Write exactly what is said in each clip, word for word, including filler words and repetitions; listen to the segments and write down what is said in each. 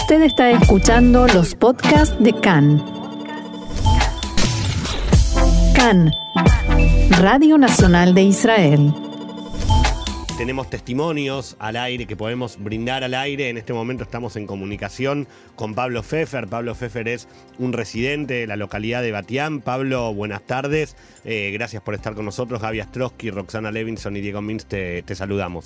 Usted está escuchando los podcasts de C A N. C A N, Radio Nacional de Israel. Tenemos testimonios al aire que podemos brindar al aire. En este momento estamos en comunicación con Pablo Pfeffer. Pablo Pfeffer es un residente de la localidad de Bat Yam. Pablo, buenas tardes. Eh, gracias por estar con nosotros. Gaby Astrosky, Roxana Levinson y Diego Mintz, te, te saludamos.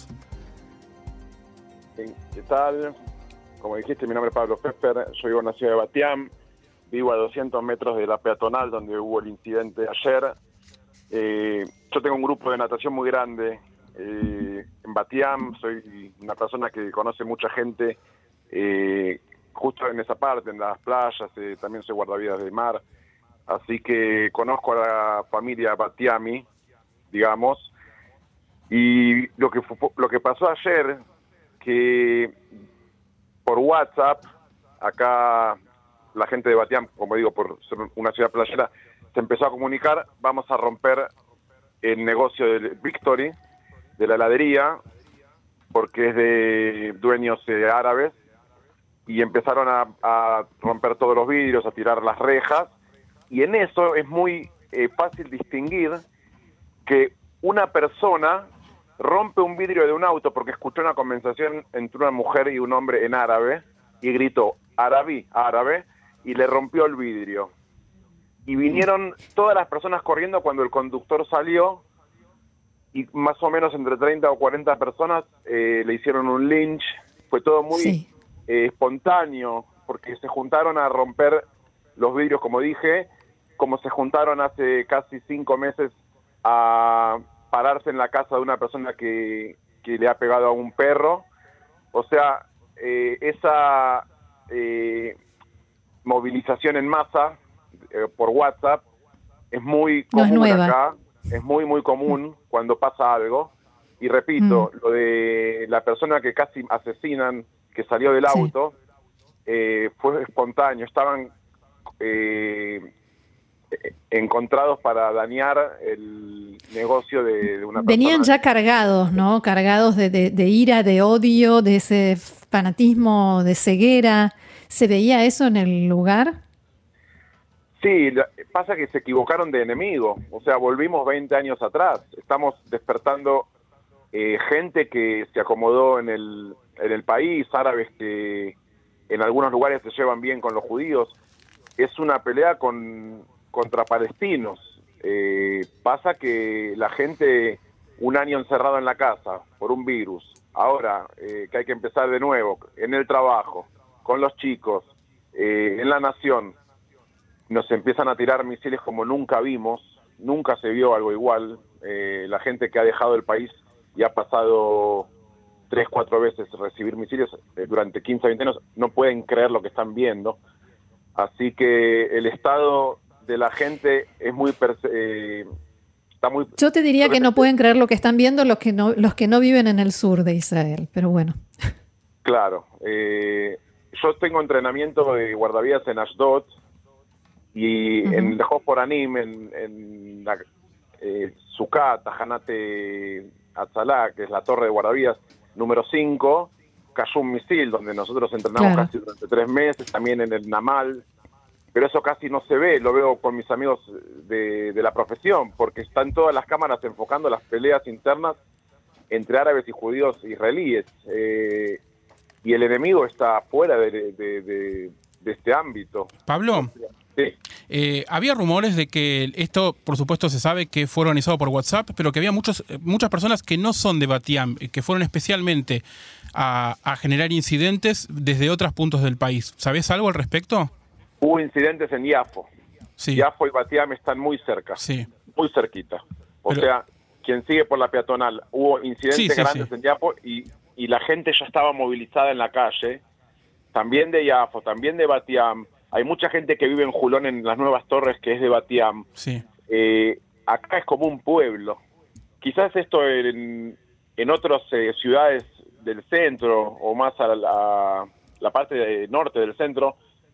¿Qué tal? Como dijiste, mi nombre es Pablo Pfeffer. Yo vivo en la ciudad de Bat Yam. Vivo a doscientos metros de la peatonal donde hubo el incidente ayer. Eh, yo tengo un grupo de natación muy grande. Eh, en Bat Yam, soy una persona que conoce mucha gente eh, justo en esa parte, en las playas, eh, también soy guardavidas de mar, así que conozco a la familia Bat Yami, digamos, y lo que, lo que pasó ayer, que por WhatsApp, acá la gente de Bat Yam, como digo, por ser una ciudad playera, se empezó a comunicar: vamos a romper el negocio del Victory, de la heladería, porque es de dueños eh, árabes, y empezaron a, a romper todos los vidrios, a tirar las rejas, y en eso es muy eh, fácil distinguir que una persona rompe un vidrio de un auto porque escuchó una conversación entre una mujer y un hombre en árabe, y gritó "Arabí, árabe", y le rompió el vidrio. Y vinieron todas las personas corriendo cuando el conductor salió, y más o menos entre treinta o cuarenta personas eh, le hicieron un lynch. Fue todo muy sí. eh, espontáneo, porque se juntaron a romper los vidrios, como dije, como se juntaron hace casi cinco meses a pararse en la casa de una persona que, que le ha pegado a un perro. O sea, eh, esa eh, movilización en masa eh, por WhatsApp es muy común no es nueva. acá. Es muy, muy común cuando pasa algo. Y repito, mm. lo de la persona que casi asesinan, que salió del auto, sí. eh, fue espontáneo. Estaban eh, encontrados para dañar el negocio de, de una persona. Venían ya cargados, ¿no? Cargados de, de, de ira, de odio, de ese fanatismo, de ceguera. ¿Se veía eso en el lugar? Sí, pasa que se equivocaron de enemigo, o sea, volvimos veinte años atrás. Estamos despertando eh, gente que se acomodó en el, en el país, árabes que en algunos lugares se llevan bien con los judíos. Es una pelea con, contra palestinos. Eh, pasa que la gente, un año encerrado en la casa por un virus, ahora eh, que hay que empezar de nuevo, en el trabajo, con los chicos, eh, en la nación, nos empiezan a tirar misiles como nunca vimos, nunca se vio algo igual. Eh, la gente que ha dejado el país y ha pasado tres, cuatro veces recibir misiles eh, durante quince, veinte años, no pueden creer lo que están viendo. Así que el estado de la gente es muy... Eh, está muy Yo te diría que no pueden creer lo que están viendo los que no, los que no viven en el sur de Israel, pero bueno. Claro. Eh, yo tengo entrenamiento de guardavidas en Ashdod, y uh-huh. en el Hoforanim, en, en la eh, Sukkot, Tajanate Atzalá, que es la torre de guardavidas número cinco, cayó un misil donde nosotros entrenamos claro. casi durante tres meses, también en el Namal, pero eso casi no se ve, lo veo con mis amigos de, de la profesión, porque están todas las cámaras enfocando las peleas internas entre árabes y judíos israelíes, eh, y el enemigo está fuera de, de, de, de este ámbito. Pablo, sí. eh, había rumores de que esto, por supuesto, se sabe que fue organizado por WhatsApp, pero que había muchos, muchas personas que no son de Bat Yam, que fueron especialmente a, a generar incidentes desde otros puntos del país. ¿Sabés algo al respecto? Hubo incidentes en Yafo. Sí. Yafo y Bat Yam están muy cerca, sí. muy cerquita. O pero... sea, quien sigue por la peatonal, hubo incidentes sí, sí, grandes sí. en Yafo y, y la gente ya estaba movilizada en la calle, también de Yafo, también de Bat Yam. Hay mucha gente que vive en Julón, en las Nuevas Torres, que es de Bat Yam. Sí. Eh, acá es como un pueblo. Quizás esto en, en otras eh, ciudades del centro o más a la, la parte de norte del centro,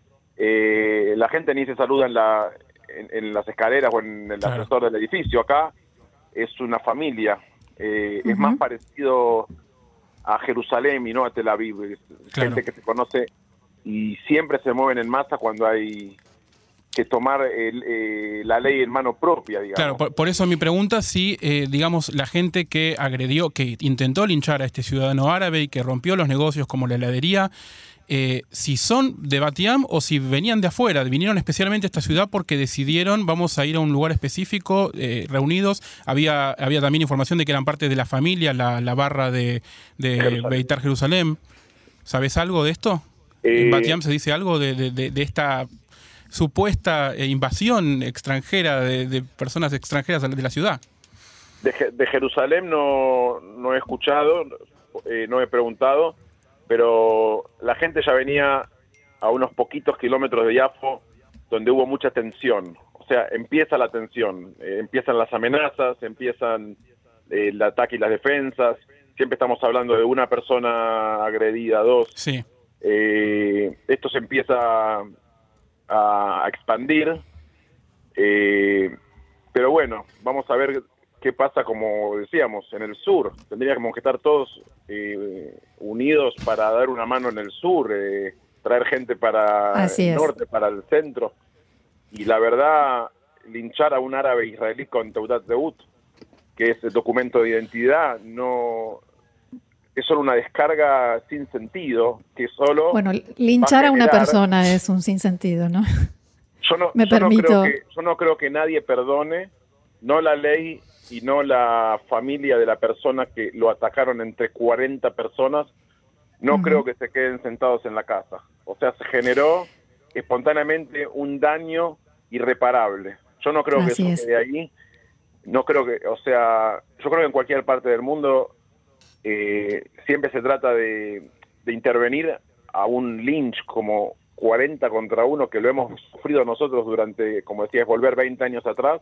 eh, la gente ni se saluda en, la, en, en las escaleras o en el claro. ascensor del edificio. Acá es una familia. Eh, uh-huh. Es más parecido a Jerusalén y no a Tel Aviv. Es claro. gente que se conoce y siempre se mueven en masa cuando hay que tomar el, eh, la ley en mano propia, digamos. Claro, por, por eso mi pregunta, si, eh, digamos, la gente que agredió, que intentó linchar a este ciudadano árabe y que rompió los negocios como la heladería, eh, si son de Bat Yam o si venían de afuera, vinieron especialmente a esta ciudad porque decidieron, vamos a ir a un lugar específico, eh, reunidos. Había, había también información de que eran parte de la familia, la, la barra de, de Jerusalén. Beitar Jerusalén. ¿Sabes algo de esto? Eh, ¿En Bat Yam se dice algo de, de, de, de esta supuesta invasión extranjera de, de personas extranjeras de la ciudad? De, de Jerusalén no, no he escuchado, eh, no he preguntado, pero la gente ya venía a unos poquitos kilómetros de Yafo, donde hubo mucha tensión. O sea, empieza la tensión, eh, empiezan las amenazas, empiezan eh, el ataque y las defensas. Siempre estamos hablando de una persona agredida, dos. Sí. Eh, esto se empieza a expandir, eh, pero bueno, vamos a ver qué pasa, como decíamos, en el sur. Tendríamos que estar todos eh, unidos para dar una mano en el sur, eh, traer gente para Así el es. norte, para el centro, y la verdad, linchar a un árabe israelí con Teudat Zehut, que es el documento de identidad, no... es solo una descarga sin sentido, que solo... Bueno, linchar a una generar... persona es un sinsentido, ¿no? Yo no, Me yo no permito. creo que, yo no creo que nadie perdone, no la ley y no la familia de la persona que lo atacaron entre cuarenta personas, no Ujú. creo que se queden sentados en la casa. O sea, se generó espontáneamente un daño irreparable. Yo no creo Así que es. eso quede ahí. No creo que, o sea, yo creo que en cualquier parte del mundo eh, siempre se trata de, de intervenir a un lynch como cuarenta contra uno, que lo hemos sufrido nosotros durante, como decías, volver veinte años atrás,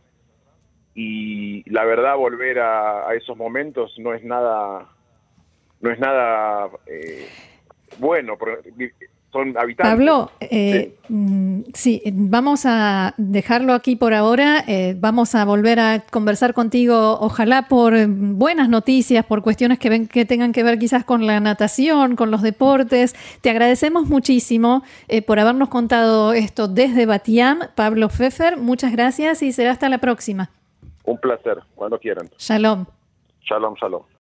y la verdad volver a, a esos momentos no es nada, no es nada eh, bueno, porque son habitantes. Pablo, eh, mm, sí, vamos a dejarlo aquí por ahora. Eh, vamos a volver a conversar contigo, ojalá por eh, buenas noticias, por cuestiones que, ven, que tengan que ver quizás con la natación, con los deportes. Te agradecemos muchísimo eh, por habernos contado esto desde Bat Yam. Pablo Pfeffer, muchas gracias y será hasta la próxima. Un placer, cuando quieran. Shalom. Shalom, shalom.